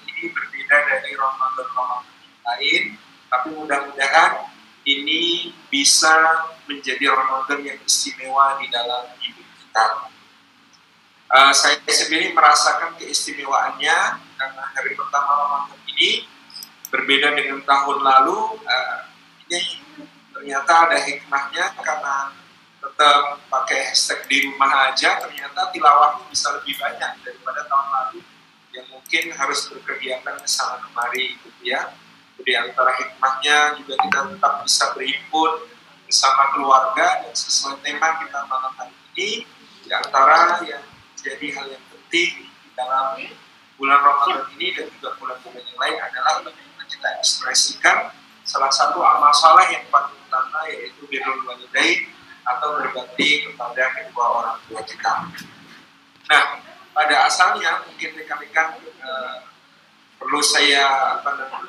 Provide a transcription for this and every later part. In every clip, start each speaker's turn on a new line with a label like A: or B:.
A: ini berbeda dari Ramadan-Ramadan lain, tapi mudah-mudahan ini bisa menjadi Ramadan yang istimewa di dalam hidup kita. Saya sendiri merasakan keistimewaannya karena hari pertama Ramadan ini berbeda dengan tahun lalu. Ini ternyata ada hikmahnya karena tetap pakai hashtag di rumah aja, ternyata tilawahnya bisa lebih banyak daripada tahun lalu yang mungkin harus berkegiatan ke sana kemari gitu ya. Jadi antara hikmahnya juga kita tetap bisa berhimpun bersama keluarga dan sesuai tema kita malam hari ini. Di antara yang jadi hal yang penting di dalam bulan Ramadan ini dan juga bulan-bulan yang lain adalah bagaimana kita ekspresikan salah satu amal saleh yang paling utama, yaitu birrul walidain atau berbakti kepada kedua orang tua kita. Nah, pada asalnya mungkin rekan-rekan perlu saya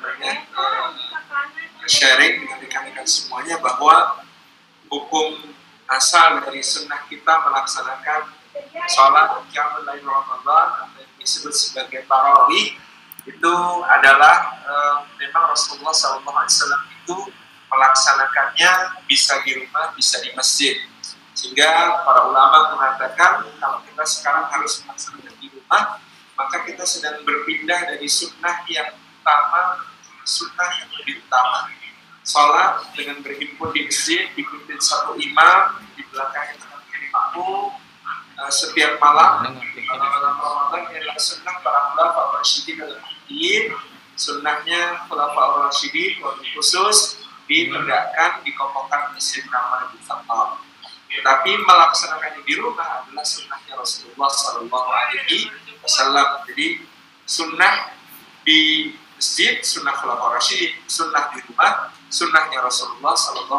A: sharing dengan rekan-rekan semuanya bahwa hukum asal dari sunnah kita melaksanakan sholat qiyamul lail Ramadan atau yang disebut sebagai tarawih itu adalah memang Rasulullah SAW itu melaksanakannya bisa di rumah, bisa di masjid. Sehingga para ulama mengatakan kalau kita sekarang harus melaksanakan di rumah, maka kita sedang berpindah dari sunnah yang utama ke sunnah yang lebih utama. Sholat dengan berhimpun di masjid, dipimpin satu imam, di belakangnya tengah makmum, setiap malam Ramadan adalah sunnah para khulafaur rasyidin al-mahdiyyin, sunnahnya khulafaur rasyidin khusus ditegakkan, dikokohkan masjid Nabawi Fatah. Tetapi melaksanakannya di rumah adalah sunnahnya Rasulullah SAW. Jadi sunnah di masjid, sunnah khulafaur rasyidin, sunnah di rumah, sunnahnya Rasulullah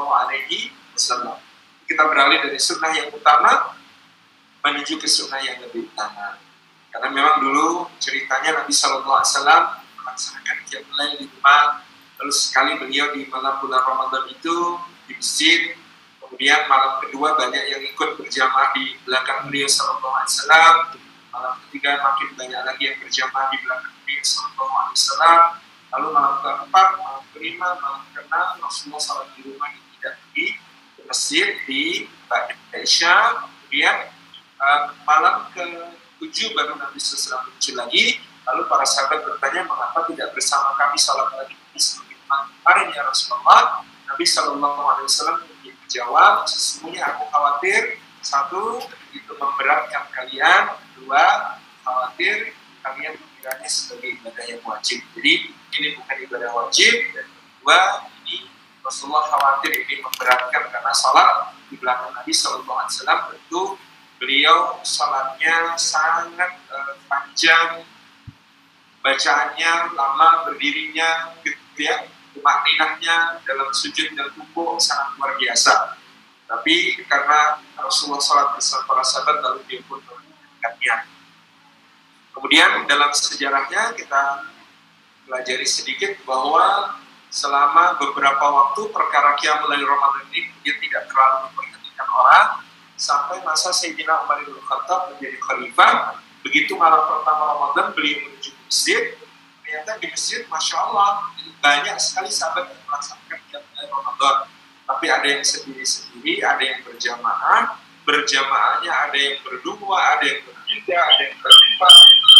A: SAW. Kita beralih dari sunnah yang utama menuju ke sunnah yang lebih utama. Karena memang dulu ceritanya Nabi SAW melaksanakan qiyamul lail di rumah. Lalu sekali beliau di malam bulan Ramadan itu di masjid. Kemudian malam kedua banyak yang ikut berjamaah di belakang beliau SAW. Malam ketiga makin banyak lagi yang berjamaah di belakang beliau SAW. Lalu malam keempat, malam kelima, malam keenam Rasulullah SAW di rumah, tidak di masjid di Isya. Kemudian malam ke-7 baru Nabi SAW muncul lagi. Lalu para sahabat bertanya, mengapa tidak bersama kami salat lagi seperti kemarin ya Rasulullah? Nabi SAW menjawab, sesungguhnya aku khawatir, satu, itu memberatkan kalian, dua, khawatir kalian mengira sebagai ibadah yang wajib. Jadi ini bukan ibadah wajib, dan kedua, ini Rasulullah khawatir ini memberatkan karena salat di belakang Nabi SAW tentu beliau salatnya sangat panjang, bacaannya lama, berdirinya gitu ya, tumakninahnya dalam sujud dan rukuk sangat luar biasa. Tapi karena Rasulullah salat bersama para sahabat lalu dia pun melakukannya. Kemudian dalam sejarahnya kita pelajari sedikit bahwa selama beberapa waktu perkara qiyamul lail Ramadan ini dia tidak terlalu memperhatikan orang sampai masa Sayyidina Umar bin Khattab menjadi khalifah. Begitu malam pertama Ramadan beliau menuju ke masjid, ternyata di masjid Masya Allah banyak sekali sahabat yang melaksanakan qiyamul lail Ramadan. Tapi ada yang sendiri-sendiri, ada yang berjamaah, berjamaahnya ada yang berdua, ada yang bertiga, ada yang berempat,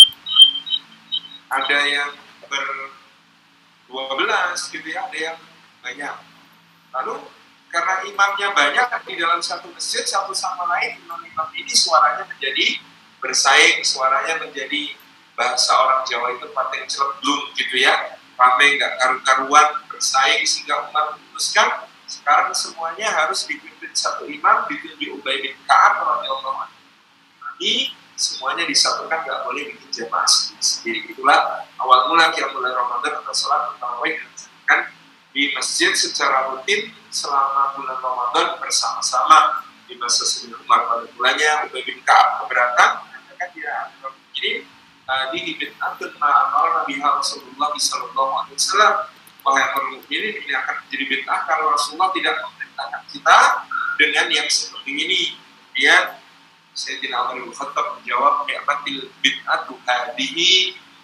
A: ada yang ber-12 gitu ya, ada yang banyak. Lalu karena imamnya banyak di dalam satu masjid, satu sama lain imam-imam ini suaranya menjadi bersaing, suaranya menjadi bahasa orang Jawa itu paten celeblung gitu ya, ramai nggak karu-karuan, bersaing, sehingga Umar memutuskan sekarang semuanya harus dipimpin satu imam, dipimpin Ubay bin Ka'ab radhiyallahu anhu. Nanti semuanya disatukan, nggak boleh bikin jamaah sendiri. Itulah awal mula qiyamul lail Ramadan atau salat tarawih dilaksanakan di masjid secara rutin selama bulan Ramadan bersama-sama di masa Sayyidina Umar. Pada bulannya Ubay bin Ka'ab keberatan, mengatakan dia ini di bid'atun ma'amar Nabi Rasulullah SAW. Wahai para mukminin, ini akan menjadi bid'ah kalau Rasulullah tidak memerintahkan kita dengan yang seperti ini. Dia Sayyidina Umar bin Khattab menjawab, "Bi'atil bid'atu hadihi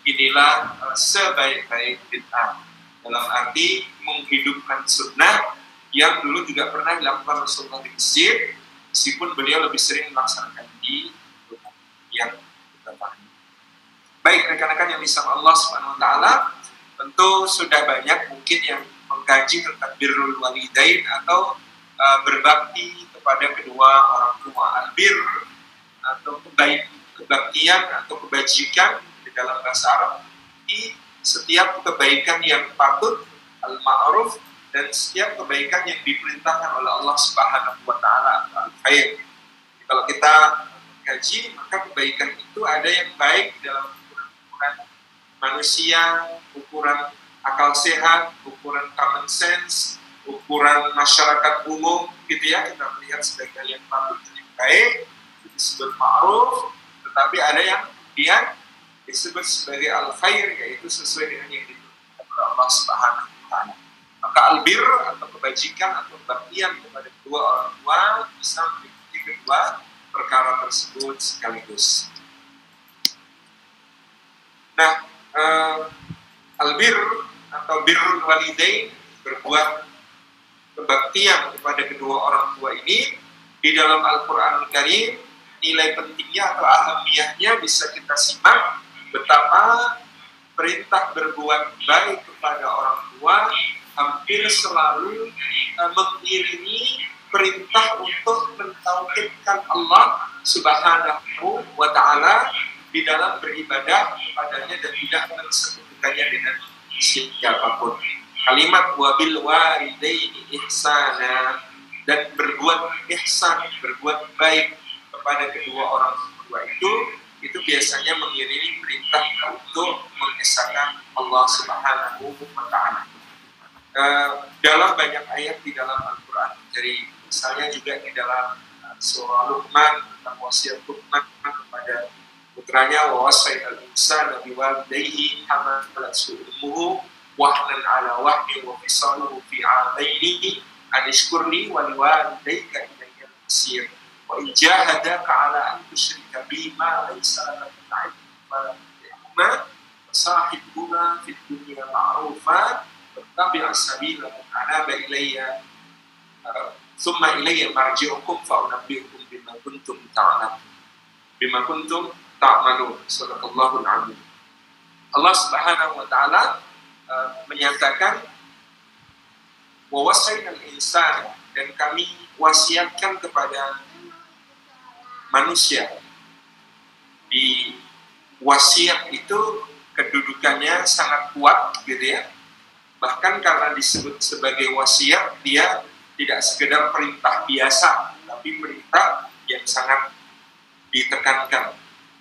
A: inilah sebaik-baik bid'ah. Dalam arti menghidupkan sunnah yang dulu juga pernah dilakukan Rasulullah di masjid, meskipun beliau lebih sering melaksanakan di rumah, yang kita pahami. Baik rekan-rekan yang disayang Allah Subhanahu wa taala, tentu sudah banyak mungkin yang mengkaji tentang birrul walidain atau berbakti kepada kedua orang tua. Albir atau kebaktian atau kebajikan di dalam bahasa Arab, di setiap kebaikan yang patut, al-ma'ruf, dan setiap kebaikan yang diperintahkan oleh Allah Subhanahu wa taala, al-khair. Kalau kita kaji, maka kebaikan itu ada yang baik dalam ukuran manusia, ukuran akal sehat, ukuran common sense, ukuran masyarakat umum, gitu ya. Kita melihat sebagai yang patut dan yang baik, itu disebut ma'ruf. Tetapi ada yang dia disebut sebagai al-khair, yaitu sesuai dengan yang diturunkan oleh Allah Subhanahu wa taala. Maka albir atau kebajikan atau kebaktian kepada kedua orang tua bisa mengikuti kedua perkara tersebut sekaligus. Nah, albir atau birrul walidain, berbuat kebaktian kepada kedua orang tua ini, di dalam Al-Quran Karim nilai pentingnya atau ahamiyahnya bisa kita simak betapa perintah berbuat baik kepada orang tua hampir selalu mengiringi perintah untuk mentauhidkan Allah Subhanahu wa taala di dalam beribadah kepadanya dan tidak mensekutukannya dengan siapapun. Kalimat wabil walidaini ihsana, dan berbuat ihsan, berbuat baik kepada kedua orang tua itu biasanya mengiringi perintah untuk mengesahkan Allah Subhanahu wa taala. Dalam banyak ayat di dalam Al-Quran, dari misalnya juga di dalam surah Luqman tentang wasiat Luqman kepada putranya, wa wasainal insana biwalidayhi hamalathu ummuhu wahnan ala wahni wa fisaluhu fi 'amaini an ishkurli wa liwalidayka ilayya al-masir wa in jahadaka 'ala an tusyrika bi ma laysa laka bihi 'ilmun fasahibhuma fid dunya ma'rufa wattabi' as-sabila man anaba ilayya thumma ilayya marji'ukum fa unabbi'ukum bima kuntum ta'malun. Sadaqallahul 'azim. Allah Subhanahu wa taala menyatakan wa wasainal insana, dan kami wasiatkan kepada manusia. Di wasiat itu kedudukannya sangat kuat, gitu ya. Bahkan karena disebut sebagai wasiat, dia tidak sekedar perintah biasa, tapi perintah yang sangat ditekankan.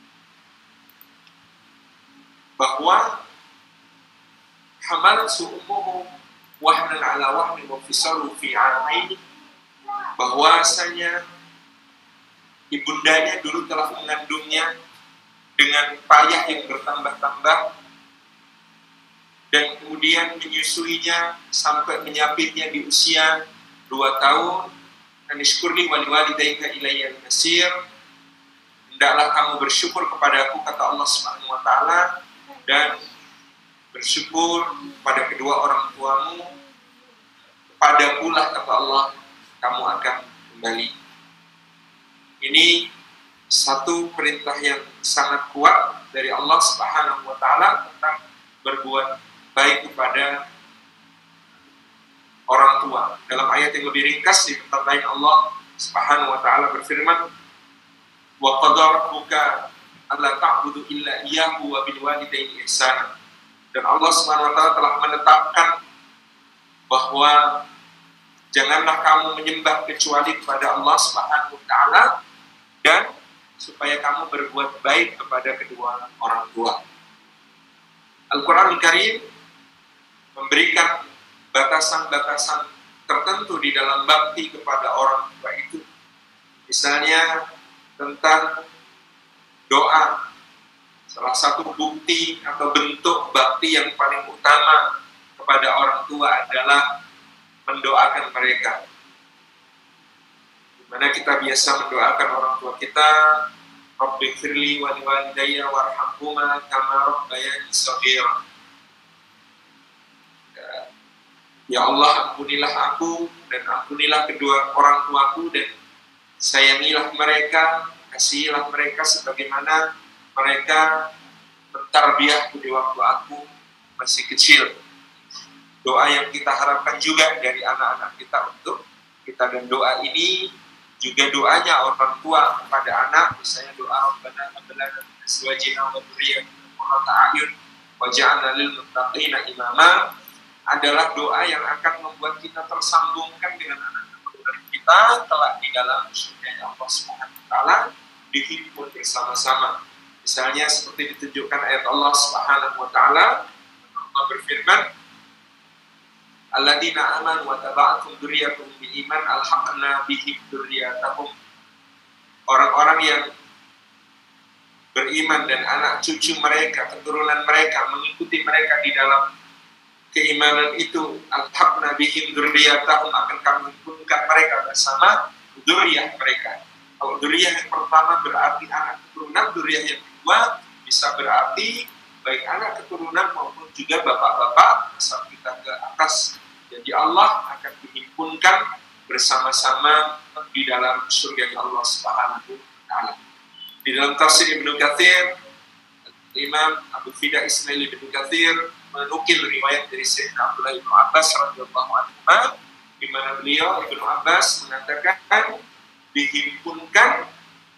A: Bahwa hamalat su'umuhu wahnan ala wahni wa fisalu fi 'amaini, bahwasanya ibundanya dulu telah mengandungnya dengan payah yang bertambah-tambah, dan kemudian menyusuinya sampai menyapitnya di usia 2 tahun. Anishkurli wa liwalidayka ilayya al-masir, hendaklah kamu bersyukur kepada aku, kata Allah Subhanahu wa taala, dan bersyukur pada kedua orang tuamu, kepada pula, kata Allah, kamu akan kembali. Ini satu perintah yang sangat kuat dari Allah Subhanahu wa taala tentang berbuat baik kepada orang tua. Dalam ayat yang lebih ringkas di tempat lain Allah Subhanahu wa taala berfirman, wa qadara rabbuka alla ta'budu illa iyyahu wa bil walidayni ihsana. Dan Allah Subhanahu wa taala telah menetapkan bahwa janganlah kamu menyembah kecuali kepada Allah Subhanahu wa taala, dan supaya kamu berbuat baik kepada kedua orang tua. Al-Quran Karim memberikan batasan-batasan tertentu di dalam bakti kepada orang tua itu. Misalnya tentang doa. Salah satu bukti atau bentuk bakti yang paling utama kepada orang tua adalah mendoakan mereka. Dimana kita biasa mendoakan orang tua kita Rabbi firli wa liwalidayya warhamhuma kama rabbayani shaghira. Ya Allah, ampunilah aku dan ampunilah kedua orang tuaku dan sayangilah mereka, kasihilah mereka sebagaimana mereka mentarbiahku di waktu aku masih kecil. Doa yang kita harapkan juga dari anak-anak kita untuk kita, dan doa ini juga doanya orang tua kepada anak, misalnya doa Rabbana hab lana min azwajina wa dhurriyyatina qurrata a'yun waj'alna lil muttaqina imama, adalah doa yang akan membuat kita tersambungkan dengan anak-anak keturunan kita kelak di dalam surga Allah Subhanahu wa taala, dihimpun bersama-sama. Misalnya seperti ditunjukkan ayat Allah Subhanahu wa taala, Allah berfirman, alladzina amanu wa taba'athum dzurriyyatuhum biiman alhaqna bihim dzurriyyatahum. Orang-orang yang beriman dan anak cucu mereka, keturunan mereka mengikuti mereka di dalam keimanan itu, alhaqna bihim dzurriyyatahum, akan kami himpunkan mereka bersama dzurriyyah mereka. Kalau dzurriyyah yang pertama berarti anak keturunan, dzurriyyah yang kedua bisa berarti baik anak keturunan maupun juga bapak-bapak asal kita ke atas. Jadi Allah akan dihimpunkan bersama-sama di dalam surga Allah Subhanahu wa taala. Di dalam tafsir Ibnu Katsir, Imam Abu Fida Ismail Ibnu Katsir menukil riwayat dari Sayyidina Abdullah bin Abbas radhiyallahu anhu, di mana beliau Ibnu Abbas mengatakan dihimpunkan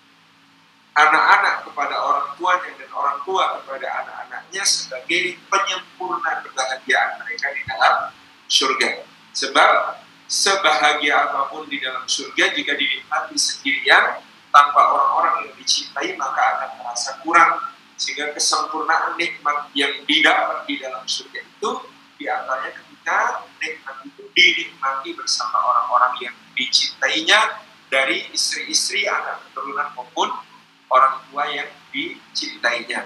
A: anak-anak kepada orang tuanya dan orang tua kepada anak-anaknya sebagai penyempurna kebahagiaan mereka di dalam surga. Sebab sebahagia apapun di dalam surga, jika dinikmati sendirian tanpa orang-orang yang dicintai, maka akan merasa kurang. Sehingga kesempurnaan nikmat yang didapat di dalam surga itu diantaranya ketika nikmat itu dinikmati bersama orang-orang yang dicintainya dari istri-istri, anak keturunan maupun orang tua yang dicintainya.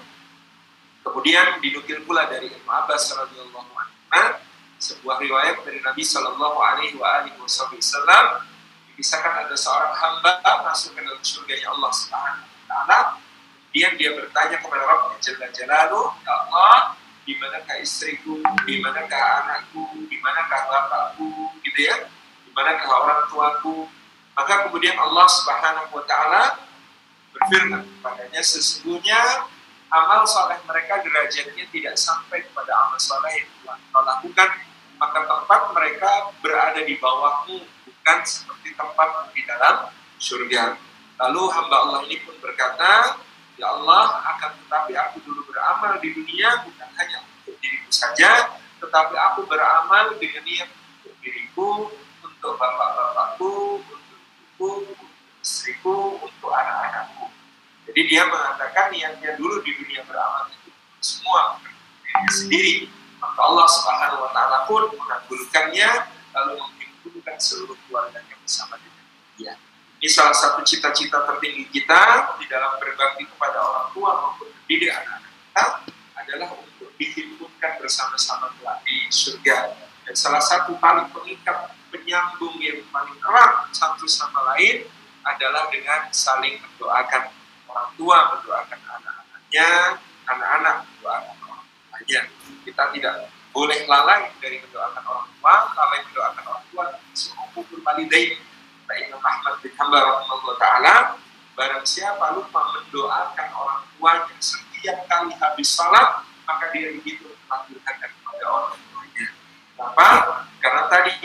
A: Kemudian dinukil pula dari Ibnu Abbas radhiyallahu anhu, sebuah riwayat dari Nabi Shallallahu Alaihi Wasallam, dikisahkan ada seorang hamba masuk ke dalam surganya Allah Subhanahu Wa Taala. Kemudian dia bertanya kepada Rabbnya Jalla Jalaluhu, ya Allah, di manakah istriku, di manakah anakku, di manakah bapakku, gitu ya, di manakah orang tuaku? Maka kemudian Allah Subhanahu Wa Taala berfirman kepadanya, sesungguhnya amal soleh mereka derajatnya tidak sampai kepada amal soleh yang telah kau lakukan, maka tempat mereka berada di bawahmu, bukan seperti tempat di dalam surga. Lalu hamba Allah ini pun berkata, ya Allah, akan tetapi aku dulu beramal di dunia bukan hanya untuk diriku saja, tetapi aku beramal dengan niat untuk diriku, untuk bapak-bapakku, untuk ibuku, untuk istriku, untuk anak-anakku. Jadi dia mengatakan niatnya dulu di dunia beramal itu semua untuk dirinya sendiri. Maka Allah Subhanahu Wa Taala pun mengabulkannya, lalu menghimpunkan seluruh keluarganya bersama dengan dia. Ini salah satu cita-cita tertinggi kita di dalam berbakti kepada orang tua maupun mendidik anak-anak kita adalah untuk dihimpunkan bersama-sama di surga. Dan salah satu paling pengikat penyambung yang paling erat satu sama lain adalah dengan saling mendoakan. Orang tua mendoakan anak-anaknya, anak-anak mendoakan orang tuanya. Kita tidak boleh lalai dari mendoakan orang tua, lalai mendoakan orang tua. Su'uqul walidain. Imam Ahmad bin Hanbal rahimahullah ta'ala, barang siapa lupa mendoakan orang tuanya setiap kali habis salat, maka dia begitu melakukan kepada orang tuanya. Kenapa? Karena tadi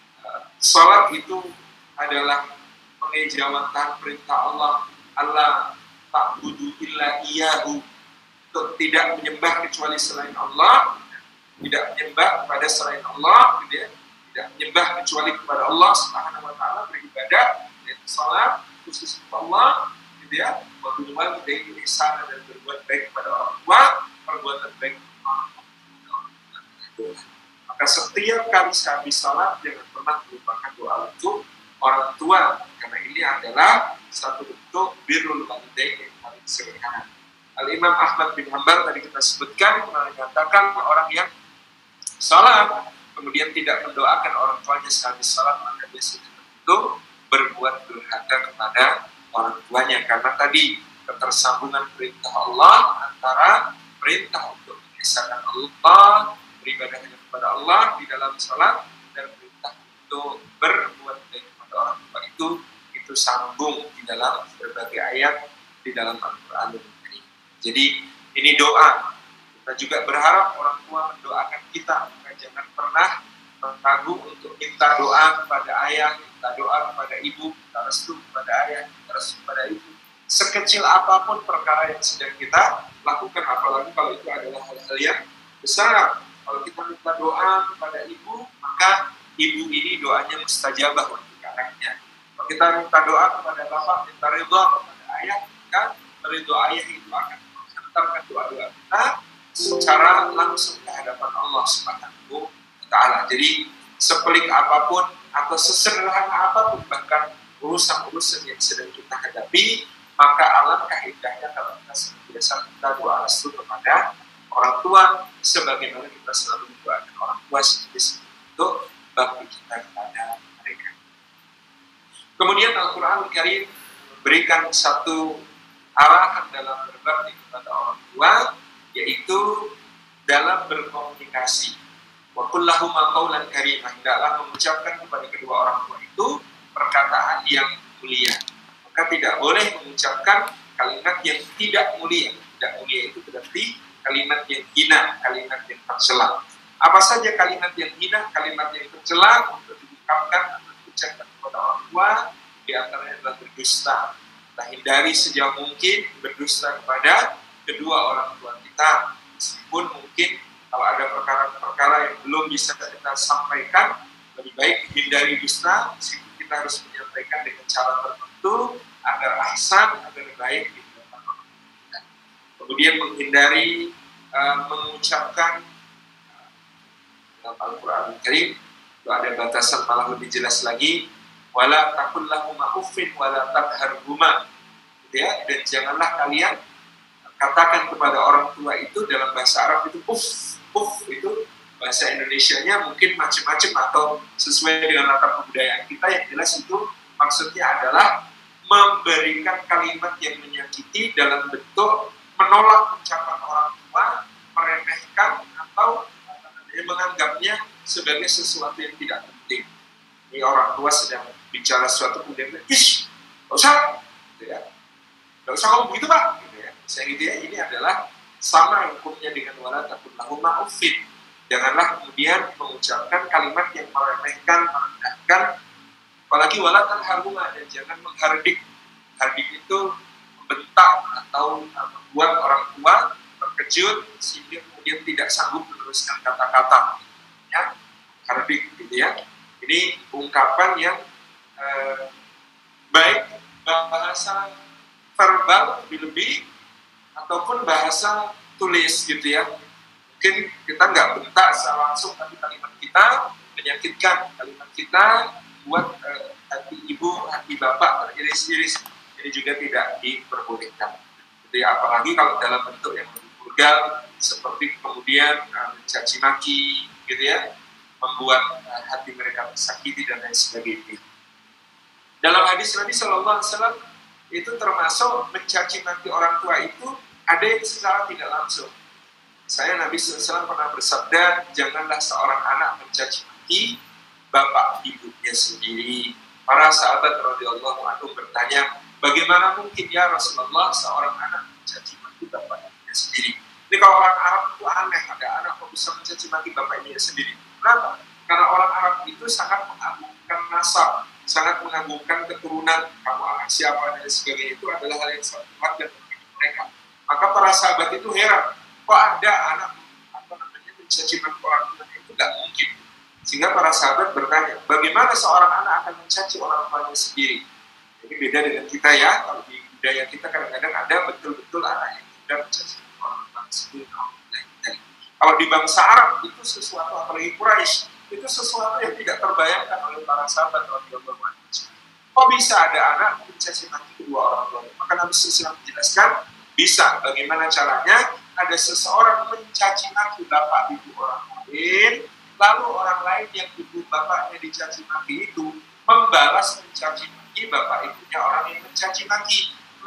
A: salat itu adalah pengejawatan perintah Allah, Allah ta'budu illa iyyahu, untuk tidak menyembah kecuali selain Allah, tidak menyembah kepada selain Allah, tidak menyembah kecuali kepada Allah Subhanahu Wa Taala, beribadah, yaitu salat khusus kepada Allah, ya, berbuat baik ihsan dan berbuat baik kepada orang tua, perbuatan baik kepada orang tua. Maka setiap kali habis salat jangan pernah melupakan doa untuk orang tua, karena ini adalah satu bentuk birrul walidain yang paling sederhana. Al-Imam Ahmad bin Hanbal tadi kita sebutkan mengatakan orang yang salat kemudian tidak mendoakan orang tuanya sehabis salat, maka dia sudah tentu berbuat durhaka kepada orang tuanya, karena tadi ketersambungan perintah Allah antara perintah untuk mengesahkan Allah, beribadah kepada Allah di dalam salat, dan perintah untuk berbuat baik kepada orang tua itu sambung di dalam berbagai ayat di dalam Al-Quran. Jadi ini doa. Kita juga berharap orang tua mendoakan kita. Maka jangan pernah ragu untuk minta doa kepada ayah, minta doa kepada ibu, minta restu kepada ayah, minta restu kepada ibu. Sekecil apapun perkara yang sedang kita lakukan, apalagi kalau itu adalah hal-hal yang besar. Kalau kita minta doa kepada ibu, maka ibu ini doanya mustajabah untuk anaknya. Kalau kita minta doa kepada bapak, minta ridha kepada ayah, maka ridha ayah itu akan mengantarkan doa-doa kita secara langsung ke hadapan Allah Subhanahu wa Ta'ala. Jadi sepelik apapun atau sesederhana apapun bahkan urusan-urusan yang sedang kita hadapi, maka alangkah indahnya kalau kita senantiasa minta doa restu kepada orang tua, sebagaimana kita selalu mendoakan orang tua sebagai untuk bakti kita kepada mereka. Kemudian Al-Quran Al-Karim memberikan satu arahan dalam berbakti kepada orang tua, yaitu dalam berkomunikasi. Wa qul lahuma qawlan karimah, hendaklah mengucapkan kepada kedua orang tua itu perkataan yang mulia. Maka tidak boleh mengucapkan kalimat yang tidak mulia. Tidak mulia itu berarti kalimat yang hina, kalimat yang tercela. Apa saja kalimat yang hina, kalimat yang tercela untuk diungkapkan atau diucapkan kepada orang tua, di antaranya adalah berdusta. Kita hindari sejauh mungkin berdusta kepada kedua orang tua kita. Meskipun mungkin kalau ada perkara-perkara yang belum bisa kita sampaikan, lebih baik hindari dusta, meskipun kita harus menyampaikan dengan cara tertentu agar ahsan, agar baik di hadapan orang tua. Kemudian menghindari mengucapkan dalam Al-Quran Al-Karim itu ada batasan malah lebih jelas lagi, wala taqul lahuma uffin wala tanharhuma, gitu ya. Dan janganlah kalian katakan kepada orang tua itu dalam bahasa Arab itu uff itu bahasa Indonesianya mungkin macam-macam atau sesuai dengan latar kebudayaan kita, yang jelas itu maksudnya adalah memberikan kalimat yang menyakiti dalam bentuk menolak ucapan orang tua, meremehkan atau menganggapnya sebagai sesuatu yang tidak penting. Ini orang tua sedang bicara sesuatu kemudian ish, gak usah, gitu ya. Gak usah ngomong begitu pak, gitu ya. Saya gitu ya, ini adalah sama hukumnya dengan wala taqul lahuma uffin. Janganlah kemudian mengucapkan kalimat yang meremehkan, merendahkan, apalagi wala tanharhuma, dan jangan menghardik. Hardik itu membentak atau membuat orang tua terkejut sehingga kemudian tidak sanggup meneruskan kata-kata. Ya, hardik gitu ya. Ini ungkapan yang baik bahasa verbal lebih ataupun bahasa tulis gitu ya. Mungkin kita nggak bentak secara langsung, tapi kalimat kita menyakitkan, kalimat kita buat hati ibu, hati bapak teriris-iris. Ini juga tidak diperbolehkan. Jadi apalagi kalau dalam bentuk yang lebih vulgar, seperti kemudian mencaci maki, gitu ya, membuat hati mereka tersakiti dan lain sebagainya. Dalam hadis Nabi SAW itu termasuk mencaci maki orang tua itu ada yang secara tidak langsung. Saya Nabi SAW pernah bersabda, janganlah seorang anak mencaci maki bapak ibunya sendiri. Para sahabat radhiyallahu anhum bertanya, bagaimana mungkin ya Rasulullah seorang anak mencaci maki bapak ibunya sendiri? Ini kalau orang Arab itu aneh, ada anak kok bisa mencaci maki bapaknya sendiri. Kenapa? Karena orang Arab itu sangat mengagungkan nasab, sangat mengagungkan keturunan, kamu anak siapa dan sebagainya, itu adalah hal yang sangat wajar bagi mereka. Maka para sahabat itu heran, kok ada anak mencaci maki orang tuanya, itu tidak mungkin. Sehingga para sahabat bertanya, bagaimana seorang anak akan mencaci orang tuanya sendiri? Ini beda dengan kita ya, kalau di budaya kita kadang-kadang ada betul-betul anak yang tidak mencaci orang tuanya sendiri. Kalau di bangsa Arab itu sesuatu, apalagi Quraisy, itu sesuatu yang tidak terbayangkan oleh para sahabat radhiyallahu anhum. Kok bisa ada anak mencaci maki kedua orang tuanya? Maka Nabi SAW menjelaskan, bisa. Bagaimana caranya? Ada seseorang mencaci maki bapak ibu orang lain, lalu orang lain yang ibu bapaknya dicaci maki itu membalas mencaci maki bapak ibunya orang yang mencaci maki.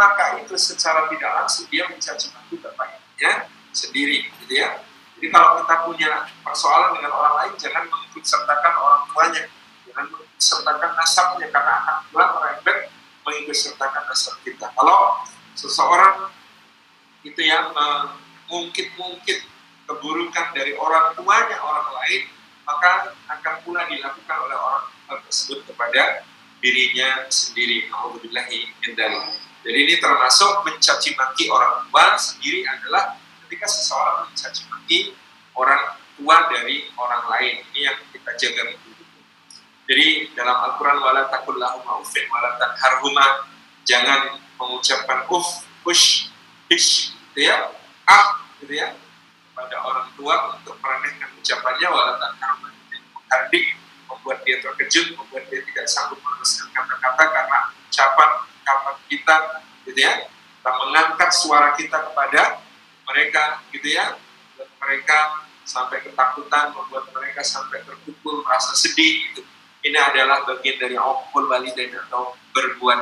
A: maka itu secara tidak langsung dia mencaci maki bapak ibunya sendiri, gitu ya. Jadi kalau kita punya persoalan dengan orang lain, jangan mengikut sertakan orang tuanya, jangan mengikut sertakan nasabnya, karena akan pulang merembet mengikut sertakan nasab kita. Kalau seseorang itu yang mengungkit-ungkit keburukan dari orang tuanya orang lain, maka akan pula dilakukan oleh orang tersebut kepada dirinya sendiri. Alhamdulillahi min dzalik. Jadi ini termasuk mencaci maki orang tua sendiri adalah ketika seseorang mencaci maki orang tua dari orang lain. Ini yang kita jaga betul-betul. Jadi dalam Al-Quran, wala taqul lahuma uffin wala tanharhuma, jangan mengucapkan ush, hish, gitu ya, gitu ya, pada orang tua untuk meremehkan ucapannya, wala tanharhuma, menghardik, membuat dia terkejut, membuat dia tidak sanggup meneruskan kata-kata karena ucapan kita, gitu ya. Kita mengangkat suara kita kepada mereka, gitu ya, membuat mereka sampai ketakutan, membuat mereka sampai terpukul, merasa sedih, gitu. Ini adalah bagian dari uqul walidain atau berbuat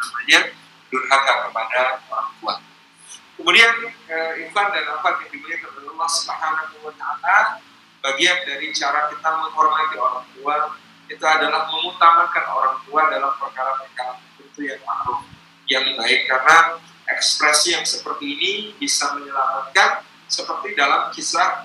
A: durhaka kepada orang tua. Kemudian ikhwan dan akhwat yang dimuliakan oleh Allah Subhanahu wa taala, bagian dari cara kita menghormati orang tua itu adalah mengutamakan orang tua dalam perkara-perkara tertentu yang ma'ruf, yang baik, karena ekspresi yang seperti ini bisa menyelamatkan, seperti dalam kisah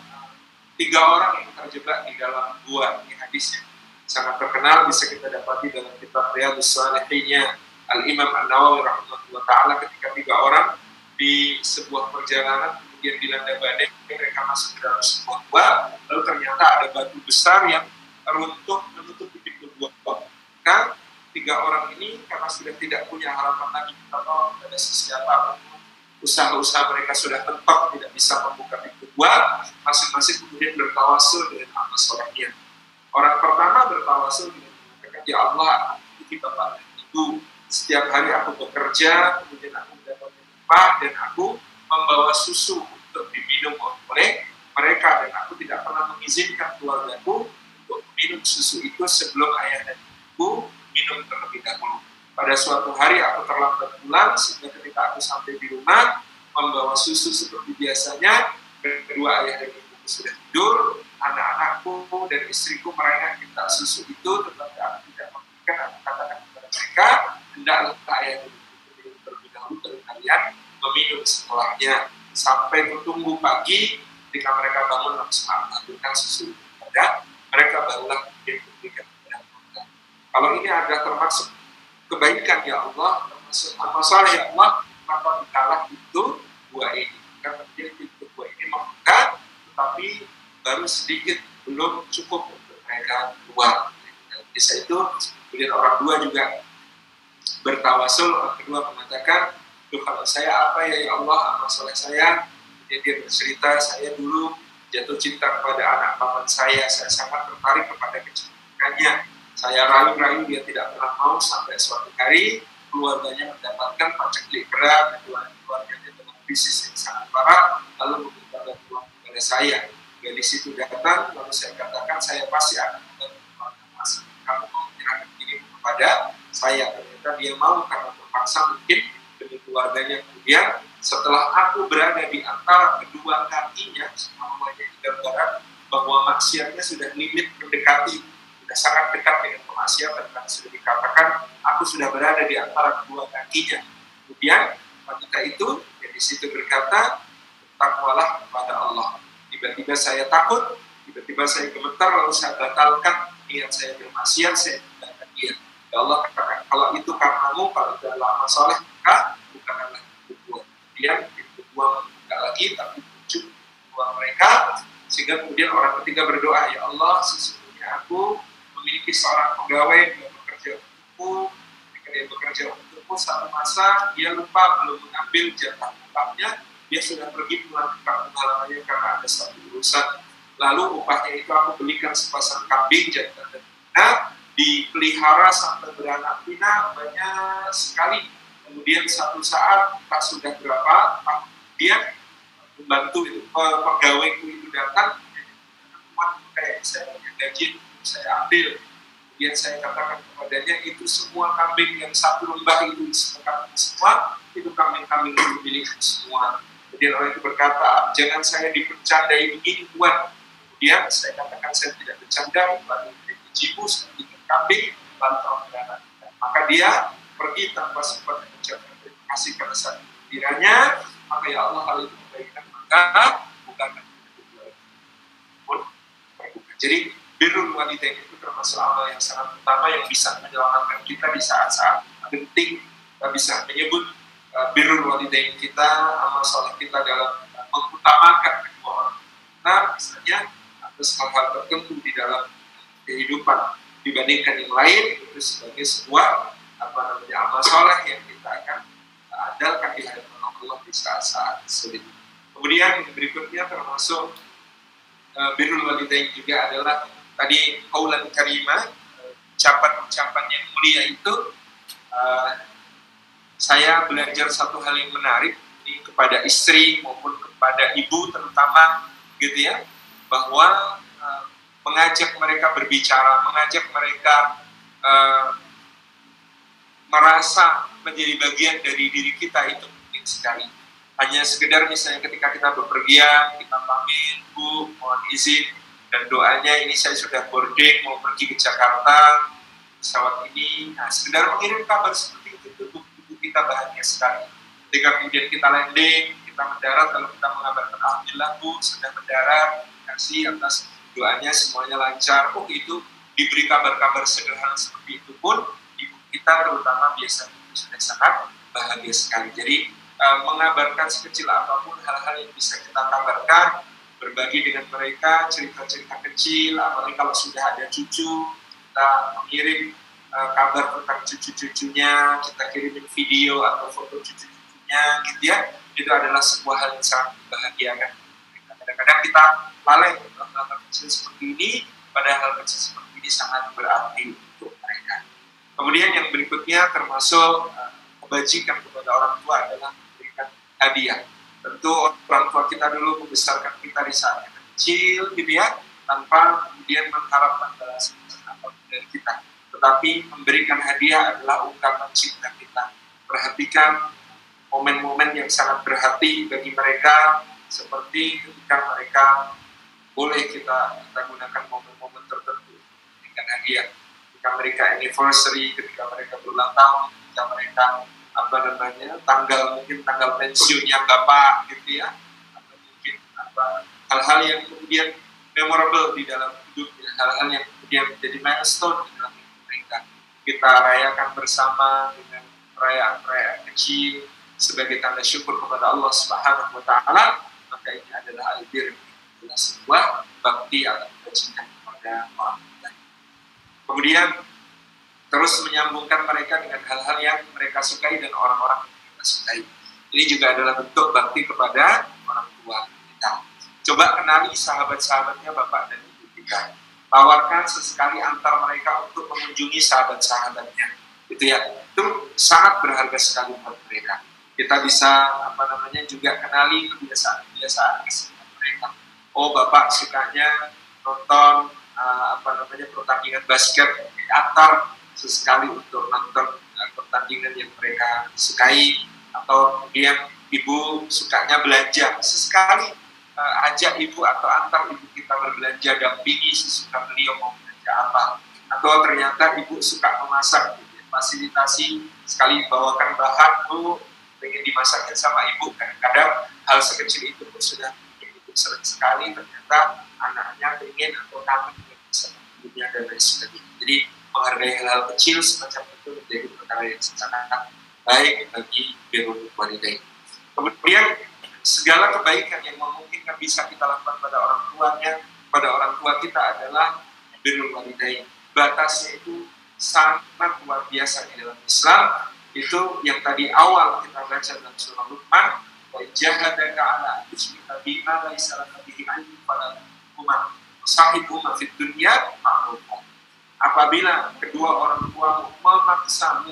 A: 3 orang yang terjebak di dalam gua. Ini hadisnya sangat terkenal, bisa kita dapati dalam kitab Riyadhus Shalihin Al-Imam An-Nawawi rahimahullah ta'ala, ketika 3 orang di sebuah perjalanan kemudian dilanda badai, mereka masuk ke dalam sebuah gua, lalu ternyata ada batu besar yang runtuh menutup pintu gua. Maka 3 orang ini karena sudah tidak punya harapan lagi atau ada siapa, usaha-usaha mereka sudah mentok, tidak bisa membuka pintu gua, masing-masing kemudian bertawasul dengan amal solehnya. Orang pertama bertawasul dengan mengatakan, ya Allah, aku bapak dan ibu, setiap hari aku bekerja, kemudian aku mendapatkan upah dan aku membawa susu untuk diminum oleh mereka, dan aku tidak pernah mengizinkan keluargaku untuk minum susu itu sebelum ayah dan ibu minum terlebih dahulu. Pada suatu hari aku terlambat pulang, sehingga ketika aku sampai di rumah membawa susu seperti biasanya, kedua ayah dan ibu sudah tidur, anak-anakku dan istriku mereka minta susu itu, tetapi aku tidak memberikan. Aku katakan kepada mereka, hendaklah ayah dan ibu terlebih dahulu, dan kalian meminum setelahnya, sampai tertunggu pagi ketika mereka bangun langsung mengambilkan susu kepada mereka, barulah diberikan kepada mereka. Kalau ini ada termasuk kebaikan ya Allah, termasuk amal saleh ya Allah, maka dikalah pintu gua ini. Karena pintu gua ini membuka, tetapi baru sedikit, belum cukup untuk mereka keluar. Bisa itu, kemudian orang dua juga bertawasul, orang kedua mengatakan, kalau saya apa ya Allah amal soleh saya? Kemudian dia bercerita, saya dulu jatuh cinta kepada anak paman saya sangat tertarik kepada kecantikannya. Saya rayu-rayu, dia tidak pernah mau, sampai suatu hari keluarganya mendapatkan paceklik berat, keluarganya dengan krisis yang sangat parah, lalu meminta bantuan kepada saya. Gadis itu datang, lalu saya katakan, saya pasti akan membantu keluarga Mas. Kamu mau menyerahkan diri kepada saya. Ternyata dia mau karena terpaksa mungkin demi keluarganya. Kemudian setelah aku berada di antara kedua kakinya, semuanya gambaran bahwa maksiatnya sudah limit mendekati, sudah sangat dekat dengan kemaksiatan, karena sudah dikatakan aku sudah berada di antara kedua kakinya. Kemudian wanita itu yang di situ berkata, takwalah kepada Allah. Tiba-tiba saya takut, tiba-tiba saya gemetar, lalu saya batalkan niat saya bermaksiat, saya tinggalkan dia. Ya Allah katakan, kalau itu karenamu, kalau itu adalah amal soleh, maka bukanlah itu buang. Kemudian itu buang tidak lagi, tapi muncul buang mereka, sehingga kemudian orang ketiga berdoa, ya Allah, sesungguhnya aku memiliki seorang pegawai yang bekerja untukku. Ketika dia bekerja untukku, satu masa dia lupa belum mengambil jatah upahnya, dia sudah pergi pulang ke kampung halamannya karena ada satu urusan. Lalu upahnya itu aku belikan sepasang kambing jantan dan betina, dipelihara sampai beranak pinak banyak sekali. Kemudian satu saat entah sudah berapa tahun dia membantu itu, pegawaiku itu datang, kayak saya punya gaji, saya ambil. kemudian saya katakan kepadanya, itu semua kambing yang satu lembah itu disepakati semua, itu kambing-kambing itu milikku semua. Kemudian orang itu berkata, jangan saya dipercandai begini Tuan. Kemudian saya katakan, saya tidak bercanda, lalu dari jibu seperti kambing, lalu terang. Maka dia pergi tanpa sempat mengucapkan terima kasih karena saat kiranya, maka ya Allah hal itu kebaikan, maka bukan pun berbuka. Jadi birrul walidain itu termasuk amal yang sangat utama yang bisa menyelamatkan kita di saat-saat penting. Kita bisa menyebut birrul walidain kita, amal soleh kita dalam mengutamakan kedua orang. Nah, misalnya atas hal-hal tertentu di dalam kehidupan dibandingkan yang lain, itu sebagai sebuah amal soleh yang kita akan andalkan di hadapan Allah di saat-saat sulit. Kemudian berikutnya termasuk birrul walidain juga adalah tadi qaulan karimah, ucapan-ucapan yang mulia itu. Saya belajar satu hal yang menarik ini kepada istri maupun kepada ibu terutama gitu ya, bahwa mengajak mereka berbicara, mengajak mereka merasa menjadi bagian dari diri kita itu penting sekali. Hanya sekedar misalnya ketika kita bepergian, kita pamit, Bu, mohon izin, dan doanya ini saya sudah boarding, mau pergi ke Jakarta, pesawat ini, nah sekedar mengirim kabar seperti itu, tubuh kita bahagia sekali. Ketika kemudian kita landing, kita mendarat, lalu kita mengabarkan, alhamdulillah Bu, sudah mendarat, terima kasih atas doanya, semuanya lancar. Oh itu, diberi kabar-kabar sederhana seperti itu pun, ibu kita terutama biasanya sudah sangat bahagia sekali. Jadi, mengabarkan sekecil apapun hal-hal yang bisa kita kabarkan, berbagi dengan mereka cerita-cerita kecil, apalagi kalau sudah ada cucu, kita mengirim kabar tentang cucu-cucunya, kita kirimin video atau foto cucu-cucunya, gitu ya. Itu adalah sebuah hal yang sangat membahagiakan. Kadang-kadang kita lalai hal-hal kecil seperti ini, padahal hal kecil seperti ini sangat berarti untuk mereka. Kemudian yang berikutnya termasuk kebajikan kepada orang tua adalah memberikan hadiah. Tentu orang tua kita dulu membesarkan kita di saat kita kecil, gitu ya, tanpa kemudian mengharapkan balasan apapun dari kita. Tetapi memberikan hadiah adalah ungkapan cinta kita. Perhatikan momen-momen yang sangat berarti bagi mereka, seperti ketika mereka boleh kita gunakan momen-momen tertentu dengan hadiah. Ketika mereka anniversary, ketika mereka berulang tahun, ketika mereka tanggal pensiunnya bapak, gitu ya, atau mungkin hal-hal yang kemudian memorable di dalam hidupnya, hal-hal yang kemudian menjadi milestone di dalam hidup mereka. Kita rayakan bersama dengan perayaan-perayaan kecil sebagai tanda syukur kepada Allah Subhanahu wa Ta'ala, maka ini adalah albir, adalah sebuah bakti atau kecintaan kepada orang tua. Kemudian terus menyambungkan mereka dengan hal-hal yang mereka sukai dan orang-orang yang mereka sukai. Ini juga adalah bentuk bakti kepada orang tua kita. Coba kenali sahabat-sahabatnya Bapak dan Ibu kita. Tawarkan sesekali antar mereka untuk mengunjungi sahabat-sahabatnya. Itu ya, itu sangat berharga sekali buat mereka. Kita bisa juga kenali kebiasaan mereka. Oh, Bapak sukanya nonton pertandingan basket, antar sesekali untuk nonton pertandingan yang mereka sukai, atau kemudian ibu sukanya belanja, sesekali ajak ibu atau antar ibu kita berbelanja, dampingi sesuka beliau mau belanja apa, atau ternyata ibu suka memasak, fasilitasi sekali bawakan bahan, Bu, pengen dimasakin sama ibu. Kadang-kadang hal sekecil itu pun sudah ibu sering sekali ternyata anaknya pengen atau kangen bisa ibunya dan lain sebagainya. Jadi menghargai hal-hal kecil semacam itu menjadi perkara yang sangat baik bagi birrul walidain. Kemudian segala kebaikan yang memungkinkan bisa kita lakukan pada orang tuanya, pada orang tua kita adalah birrul walidain. Batasnya itu sangat luar biasa di dalam Islam. Itu yang tadi awal kita baca dalam surah Luqman, wa jahadaka ala tusyrika bima laisa laka bihi ilmun fala tuhuma sahibuma fid dunya ma'rufah. Apabila kedua orang tua memaksamu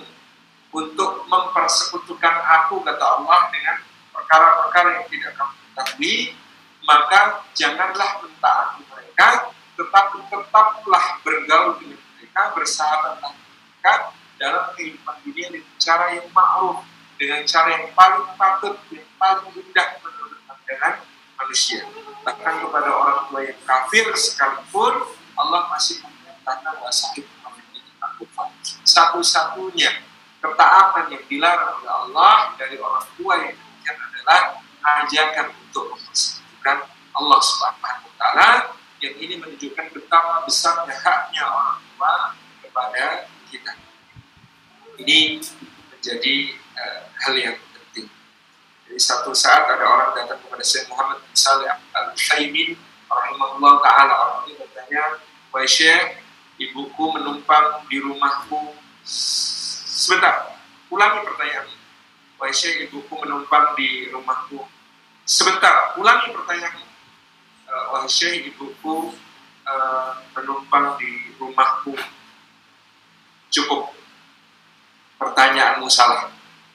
A: untuk mempersekutukan aku, kata Allah, dengan perkara-perkara yang tidak kamu ketahui, maka janganlah mentaati mereka, tetapi tetaplah bergaul dengan mereka mereka, bersahabatlah mereka dalam kehidupan dunia dengan cara yang ma'ruf, dengan cara yang paling patut, yang paling indah menurut pandangan manusia. Bahkan kepada orang tua yang kafir sekalipun, Allah masih menyatakan wasahib satu-satunya ketaatan yang dilarang oleh Allah dari orang tua yang demikian adalah ajakan untuk mempersekutukan Allah Subhanahu wa taala, yang ini menunjukkan betapa besarnya haknya orang tua kepada kita. Ini menjadi hal yang penting. Jadi satu saat ada orang datang kepada Syekh Muhammad bin Shalih Al-Utsaimin rahimahullah taala. Orang ini bertanya, "Wahai Syekh, ibuku menumpang di rumahku." Sebentar, ulangi pertanyaannya. "Wahai Syekh, ibuku menumpang di rumahku." Sebentar, ulangi pertanyaannya. "Wahai Syekh, ibuku menumpang di rumahku." Cukup. Pertanyaanmu salah.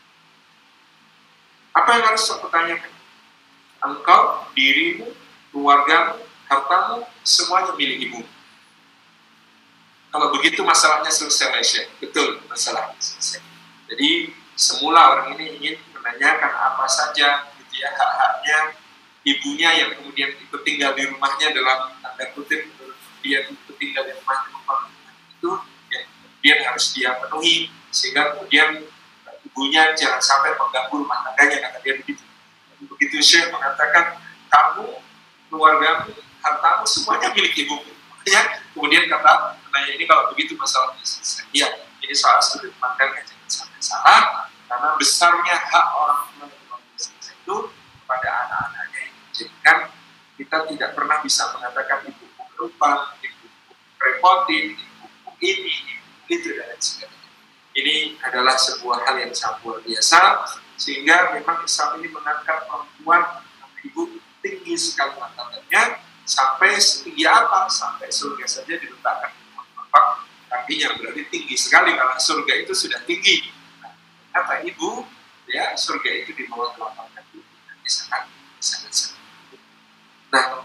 A: Apa yang harus saya pertanyakan? Engkau, dirimu, keluargamu, hartamu, semuanya milik ibu. Kalau begitu masalahnya selesai, Syekh. Betul, masalahnya selesai. Jadi semula orang ini ingin menanyakan apa saja gitu ya, hak-haknya ibunya yang kemudian ikut tinggal di rumahnya, dalam tanda kutip dia ikut tinggal di rumahnya itu yang kemudian harus dia penuhi, sehingga kemudian ibunya jangan sampai mengganggu rumah tangganya, kata dia begitu. Begitu Syekh mengatakan, kamu, keluargamu, hartamu, semuanya milik ibu. Makanya kemudian kata penanya ini, kalau begitu masalahnya selesai. Ya, ini soal sudut pandangnya jangan sampai salah, karena besarnya hak orang tua itu kepada anak-anaknya, yang menjadikan kita tidak pernah bisa mengatakan ibu menumpang, ibu repotin, ibu ini, ibu itu, dan lain sebagainya. Ini adalah sebuah hal yang sangat luar biasa, sehingga memang Islam ini mengangkat perempuan atau ibu tinggi sekali martabatnya, sampai setinggi apa? Sampai surga saja diletakkan di tempat kakinya, berarti tinggi sekali, karena surga itu sudah tinggi. Nah, kata ibu, ya surga itu di bawah telapak kaki, sangat. Nah,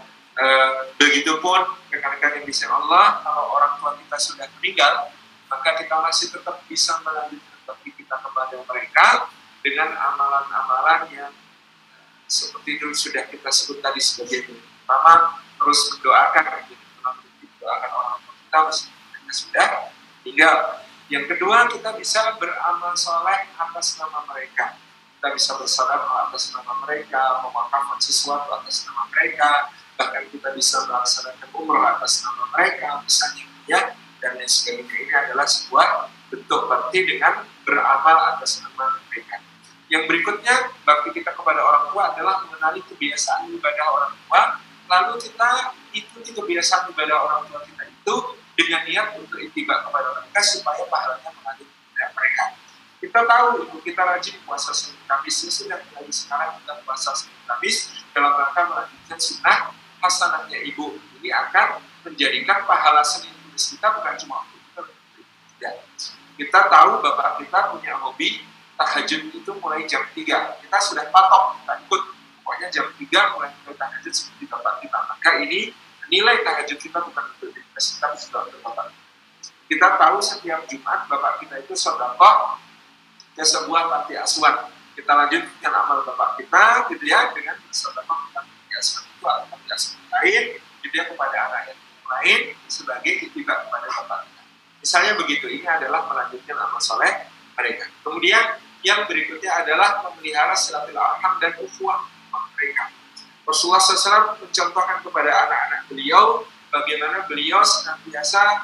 A: begitupun rekan-rekan yang disayang Allah, kalau orang tua kita sudah meninggal, maka kita masih tetap bisa melanjutkan bakti kita kepada mereka dengan amalan-amalan yang seperti itu sudah kita sebut tadi sebagai yang pertama, terus mendoakan, mendoakan orang tua kita masih sudah tinggal. Yang kedua, kita bisa beramal soleh atas nama mereka. Kita bisa bersedekah atas nama mereka, mewakafkan sesuatu atas nama mereka, bahkan kita bisa melaksanakan umroh atas nama mereka, misalnya ya. Dan lain sebagainya. Ini adalah sebuah bentuk bakti dengan beramal atas nama mereka. Yang berikutnya, bakti kita kepada orang tua adalah mengenali kebiasaan ibadah orang tua, lalu kita ikuti kebiasaan ibadah orang tua kita itu dengan niat untuk ittiba kepada mereka supaya pahalanya mengalir kepada mereka. Kita tahu ibu kita rajin puasa Senin Kamis, sudah mulai sekarang kita puasa Senin Kamis dalam rangka melanjutkan sunnah hasanahnya ibu. Ini akan menjadikan pahala Senin kita bukan cuma untuk kita. Kita tahu bapak kita punya hobi tahajud itu mulai jam 3. Kita sudah patok, kita ikut. Pokoknya jam 3 mulai kita tahajud seperti bapak kita. Maka ini nilai tahajud kita bukan untuk diri kita, tapi sudah untuk bapak. Kita tahu setiap Jumat bapak kita itu sedekah ke sebuah panti asuhan. Kita lanjutkan amal bapak kita gitu ya, dengan sedekah ke panti asuhan itu atau panti asuhan lain gitu ya, kepada anak yang lain sebagai ittiba kepada bapak kita. Misalnya begitu, ini adalah melanjutkan amal soleh mereka. Kemudian yang berikutnya adalah memelihara silaturahim dan ukhuwah mereka. Rasulullah SAW mencontohkan kepada anak-anak beliau bagaimana beliau senantiasa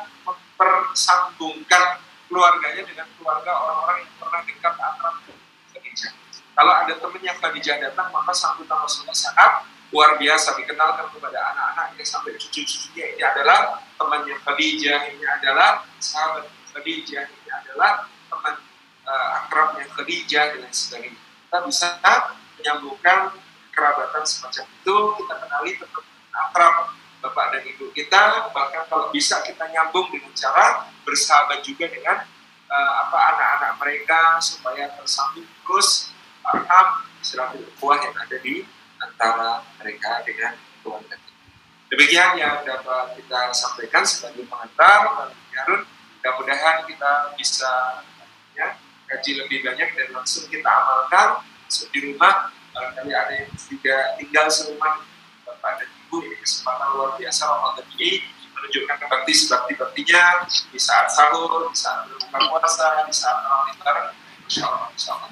A: mempersambungkan keluarganya dengan keluarga orang-orang yang pernah dekat akrab Khadijah. Kalau ada temannya Khadijah datang, maka sambutan Rasulullah sangat luar biasa, dikenalkan kepada anak-anaknya sampai cucu-cucunya, ini adalah temannya Khadijah, ini adalah sahabat Khadijah, ini adalah teman akrabnya Khadijah, dan lain sebagainya. Kita bisa menyambungkan kerabatan semacam itu, kita kenali teman akrab bapak dan ibu kita, bahkan kalau bisa kita nyambung dengan cara bersahabat juga dengan anak-anak mereka, supaya tersambung terus paham silaturahim yang ada di antara mereka dengan keluarga kita. Demikian yang dapat kita sampaikan sebagai pengantar. Mudah-mudahan kita bisa ya kaji lebih banyak dan langsung kita amalkan. So, di rumah barangkali ada yang juga tinggal serumah Bapak dan Ibu, ini kesempatan luar biasa Ramadan ini menunjukkan bakti-baktinya di saat sahur, di saat berbuka puasa, di saat tarawih bareng. Insyaallah.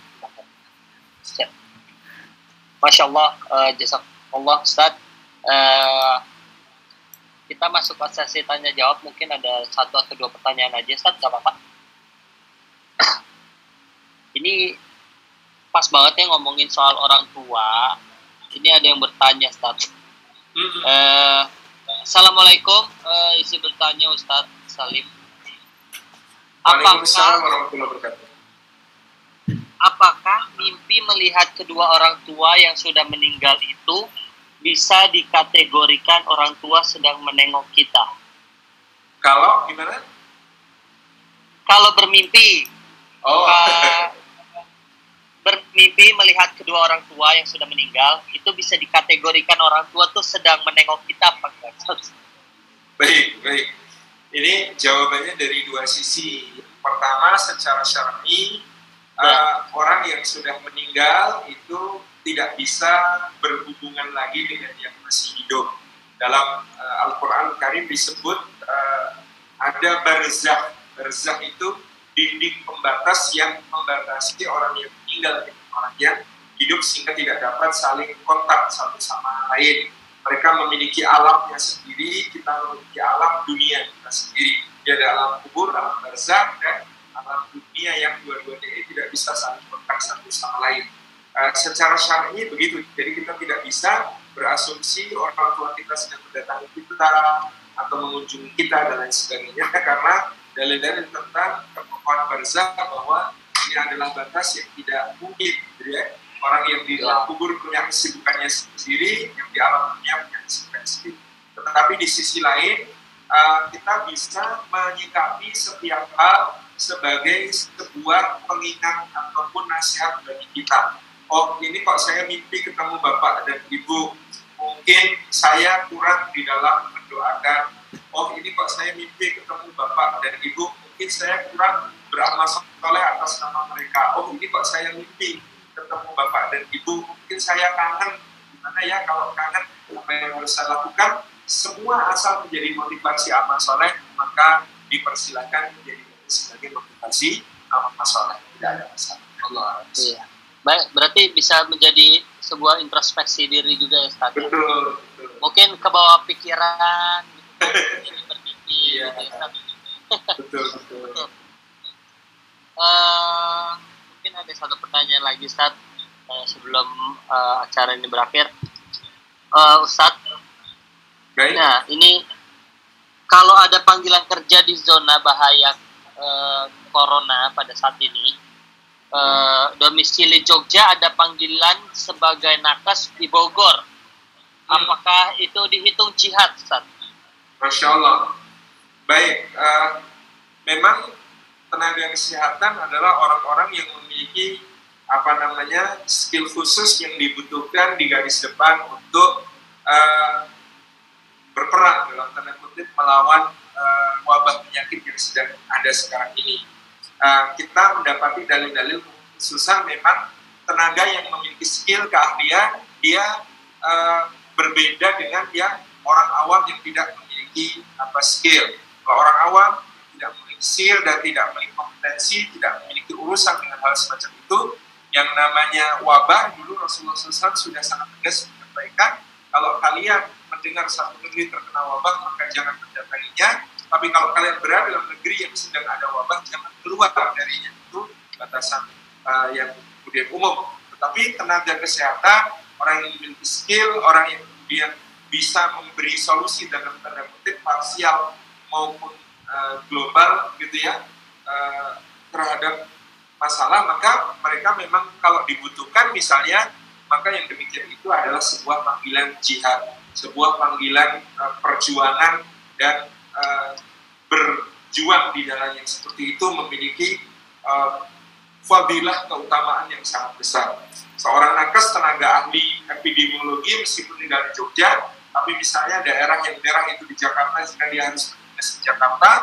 B: Masya Allah, jazakallah Ustaz. Kita masuk ke sesi tanya jawab, mungkin ada 1 atau 2 pertanyaan aja Ustaz, gak apa-apa. Ini pas banget ya ngomongin soal orang tua. Ini ada yang bertanya Ustaz. Assalamualaikum, isi bertanya Ustaz Salim.
A: Waalaikumsalam warahmatullahi wabarakatuh.
B: Apakah mimpi melihat kedua orang tua yang sudah meninggal itu bisa dikategorikan orang tua sedang menengok kita?
A: Kalau gimana?
B: Kalau bermimpi, bermimpi melihat kedua orang tua yang sudah meninggal, itu bisa dikategorikan orang tua tuh sedang menengok kita apa enggak?
A: Baik. Ini jawabannya dari 2 sisi. Pertama, secara syar'i, orang yang sudah meninggal itu tidak bisa berhubungan lagi dengan yang masih hidup. Dalam Al-Quran Karim disebut ada barzakh. Barzakh itu dinding pembatas yang membatasi orang yang meninggal dengan orang yang hidup sehingga tidak dapat saling kontak satu sama lain. Mereka memiliki alamnya sendiri, kita memiliki alam dunia kita sendiri. Dia ada alam kubur, alam barzakh, dan alam dunia yang dua-duanya ini tidak bisa saling kontak satu sama lain. Secara syar'i begitu, jadi kita tidak bisa berasumsi orang tua kita sedang mendatangi kita atau mengunjungi kita dan lain sebagainya, karena dalil-dalil tentang kekokohan barzakh bahwa ini adalah batas yang tidak mungkin. Jadi orang yang di dalam kubur punya kesibukannya sendiri, yang di alam dunia punya kesibukannya sendiri. Tetapi di sisi lain, kita bisa menyikapi setiap hal sebagai sebuah pengingat ataupun nasihat bagi kita. Oh, ini kok saya mimpi ketemu Bapak dan Ibu, mungkin saya kurang di dalam mendoakan. Oh, ini kok saya mimpi ketemu Bapak dan Ibu, mungkin saya kurang beramal soleh atas nama mereka. Oh, ini kok saya mimpi ketemu Bapak dan Ibu, mungkin saya kangen. Gimana ya kalau kangen, apa yang harus saya lakukan? Semua asal menjadi motivasi amal soleh, maka dipersilakan menjadi sebagai motivasi amal soleh. Tidak ada masalah. Allah.
B: Iya. Baik, berarti bisa menjadi sebuah introspeksi diri juga ya Ustaz.
A: Betul.
B: Mungkin ke bawah pikiran, ini bermimpi.
A: Iya.
B: Gitu,
A: Betul.
B: Mungkin ada 1 pertanyaan lagi Ustaz sebelum acara ini berakhir. Ustaz, nah ini kalau ada panggilan kerja di zona bahaya corona pada saat ini, domisili Jogja ada panggilan sebagai nakes di Bogor. Apakah itu dihitung jihad, Ustaz?
A: Masya Allah. Baik, memang tenaga kesehatan adalah orang-orang yang memiliki skill khusus yang dibutuhkan di garis depan untuk berperang dalam tanda kutip melawan wabah penyakit yang sedang ada sekarang ini. Kita mendapati dalil-dalil khususan memang tenaga yang memiliki skill keahlian dia berbeda dengan yang orang awam yang tidak memiliki skill. Kalau orang awam tidak memiliki skill dan tidak memiliki kompetensi, tidak memiliki urusan dengan hal semacam itu, yang namanya wabah dulu Rasulullah SAW sudah sangat tegas menyampaikan, kalau kalian mendengar satu negeri terkena wabah maka jangan mendatanginya. Tapi kalau kalian berada dalam negeri yang sedang ada wabah, jangan keluar darinya. Itu batasan yang kemudian umum. Tetapi tenaga kesehatan, orang yang memiliki skill, orang yang kemudian bisa memberi solusi dalam tanda kutip parsial maupun global gitu ya terhadap masalah, maka mereka memang kalau dibutuhkan misalnya, maka yang demikian itu adalah sebuah panggilan jihad, sebuah panggilan perjuangan dan berjuang di dalam yang seperti itu memiliki fadilah keutamaan yang sangat besar. Seorang nakes tenaga ahli epidemiologi meskipun tinggal di Jogja, tapi misalnya daerah yang merah itu di Jakarta, jika dia harus bertugas di Jakarta,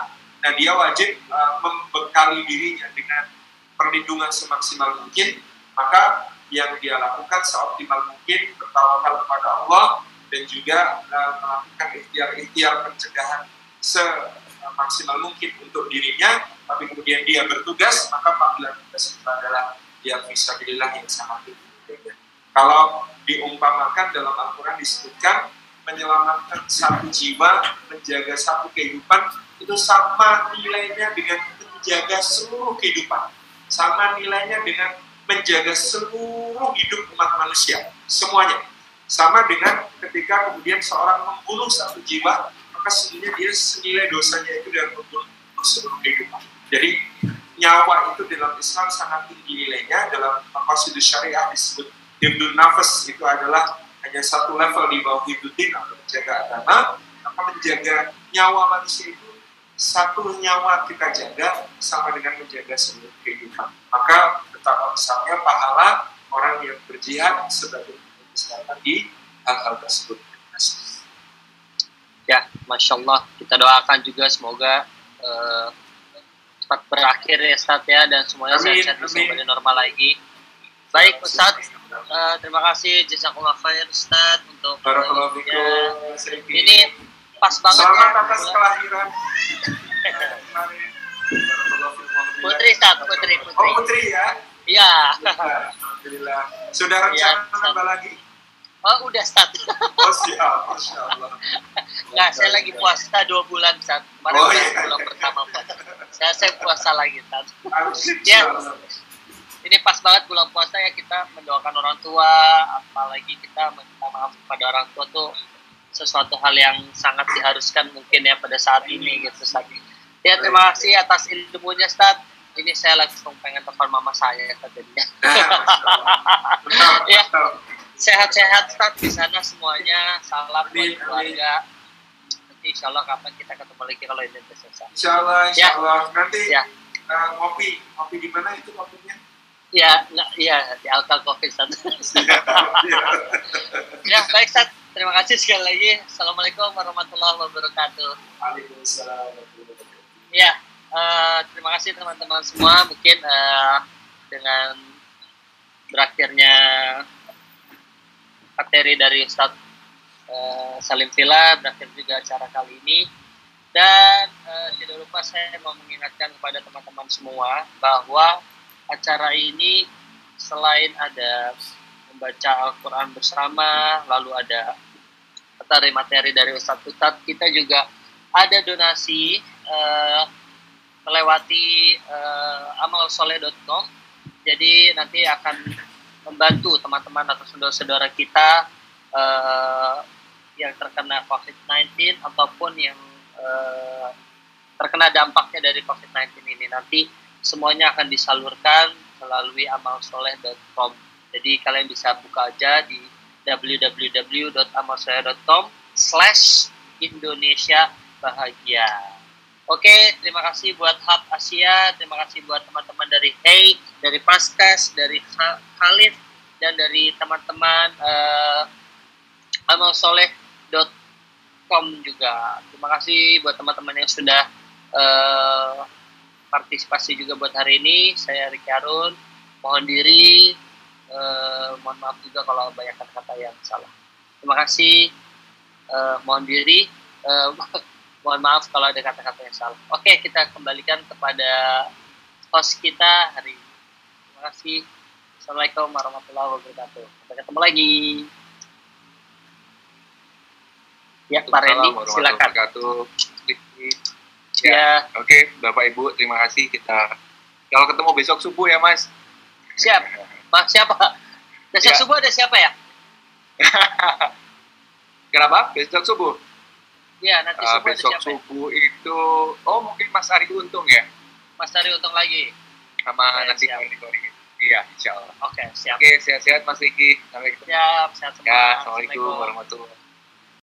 A: Nah, dia wajib membekali dirinya dengan perlindungan semaksimal mungkin, maka yang dia lakukan seoptimal mungkin, bertawakal kepada Allah, dan juga melakukan ikhtiar pencegahan semaksimal mungkin untuk dirinya. Tapi kemudian dia bertugas, maka panggilan tugas itu adalah ya fisabilillah yang sangat tinggi. Kalau diumpamakan dalam Al-Quran disebutkan menyelamatkan satu jiwa, menjaga satu kehidupan, itu sama nilainya dengan menjaga seluruh kehidupan, sama nilainya dengan menjaga seluruh hidup umat manusia, semuanya. Sama dengan ketika kemudian seorang membunuh satu jiwa, maka sebenarnya dia senilai dosanya itu dengan membunuh seluruh kehidupan. Jadi nyawa itu dalam Islam sangat tinggi nilainya. Dalam maqasidus syariah disebut hifdzun nafas, itu adalah hanya satu level di bawah hifdzuddin atau menjaga agama. Maka menjaga nyawa manusia itu, satu nyawa kita jaga sama dengan menjaga seluruh kehidupan. Maka betapa besarnya pahala orang yang berjihad sebagai kesehatan di hal-hal tersebut.
B: Ya, Masya Allah, kita doakan juga semoga cepat berakhir ya Ustaz ya, dan semuanya sehat-sehat bisa kembali normal lagi. Baik Ustaz, terima kasih jazakallah khair Ustaz untuk ini pas banget.
A: Selamat atas kelahiran
B: Putri Ustaz, Putri.
A: Oh Putri ya?
B: Iya.
A: Alhamdulillah. Sudah rencana nambah lagi?
B: Oh udah Ustaz.
A: Oh siap, Masya Allah.
B: Nggak, saya lagi puasa 2 bulan Ustaz. Kemarin bulan pertama puasa. Saya puasa lagi Ustaz. Ya. Ini pas banget bulan puasa ya, kita mendoakan orang tua, apalagi kita minta maaf kepada orang tua tuh sesuatu hal yang sangat diharuskan mungkin ya pada saat ini gitu Ustaz. Ya terima kasih atas ilmunya Ustaz. Ini saya langsung pengen telepon mama saya tadinya. Ya, sehat-sehat Ustaz di sana semuanya. Salam buat keluarga. Nanti insya Allah kapan kita ketemu lagi kalau ini sudah selesai.
A: Insya Allah. Nanti
B: ya.
A: Ngopi di mana itu kopinya?
B: Ya, di Alkal Coffee Ustaz. Ya, baik Ustaz. Terima kasih sekali lagi. Assalamualaikum warahmatullahi wabarakatuh.
A: Waalaikumsalam.
B: Ya, terima kasih teman-teman semua. Mungkin dengan berakhirnya materi dari Ustadz Salim Villa, berakhir juga acara kali ini. Dan tidak lupa saya mau mengingatkan kepada teman-teman semua bahwa acara ini selain ada membaca Al-Quran bersama, lalu ada materi dari Ustadz, kita juga ada donasi melewati amalsoleh.com. Jadi nanti akan membantu teman-teman atau saudara-saudara kita yang terkena COVID-19 ataupun yang terkena dampaknya dari COVID-19 ini. Nanti semuanya akan disalurkan melalui amalsoleh.com. Jadi kalian bisa buka aja di www.amalsoleh.com/Indonesia Bahagia. Oke, terima kasih buat Hub Asia, terima kasih buat teman-teman dari Hey, dari Paskas, dari Khalif, dan dari teman-teman amalsoleh.com juga. Terima kasih buat teman-teman yang sudah partisipasi juga buat hari ini. Saya Ricky Harun, mohon diri, mohon maaf juga kalau banyak kata-kata yang salah. Terima kasih, mohon diri, mohon maaf kalau ada kata-kata yang salah. Oke, kita kembalikan kepada host kita hari ini. Terima kasih. Assalamualaikum warahmatullahi wabarakatuh. Sampai ketemu lagi. Ya, Pak Randy, silakan.
C: Ya, oke, Bapak Ibu, terima kasih. Kita kalau ketemu besok subuh ya, Mas.
B: Siap. Mas, siapa? Besok subuh ada siapa ya?
C: Kenapa? Besok subuh?
B: Ya, nanti subuh
C: besok
B: ada siapa
C: subuh ya? Itu, mungkin Mas Ari Untung ya?
B: Mas Ari Untung lagi?
C: Sama nanti Kori. Iya, insya Allah.
B: Oke, siap.
C: Oke, sehat-sehat Mas Riki. Sampai ketemu.
B: Siap, sehat semua.
C: Ya, Assalamualaikum warahmatullahi wabarakatuh.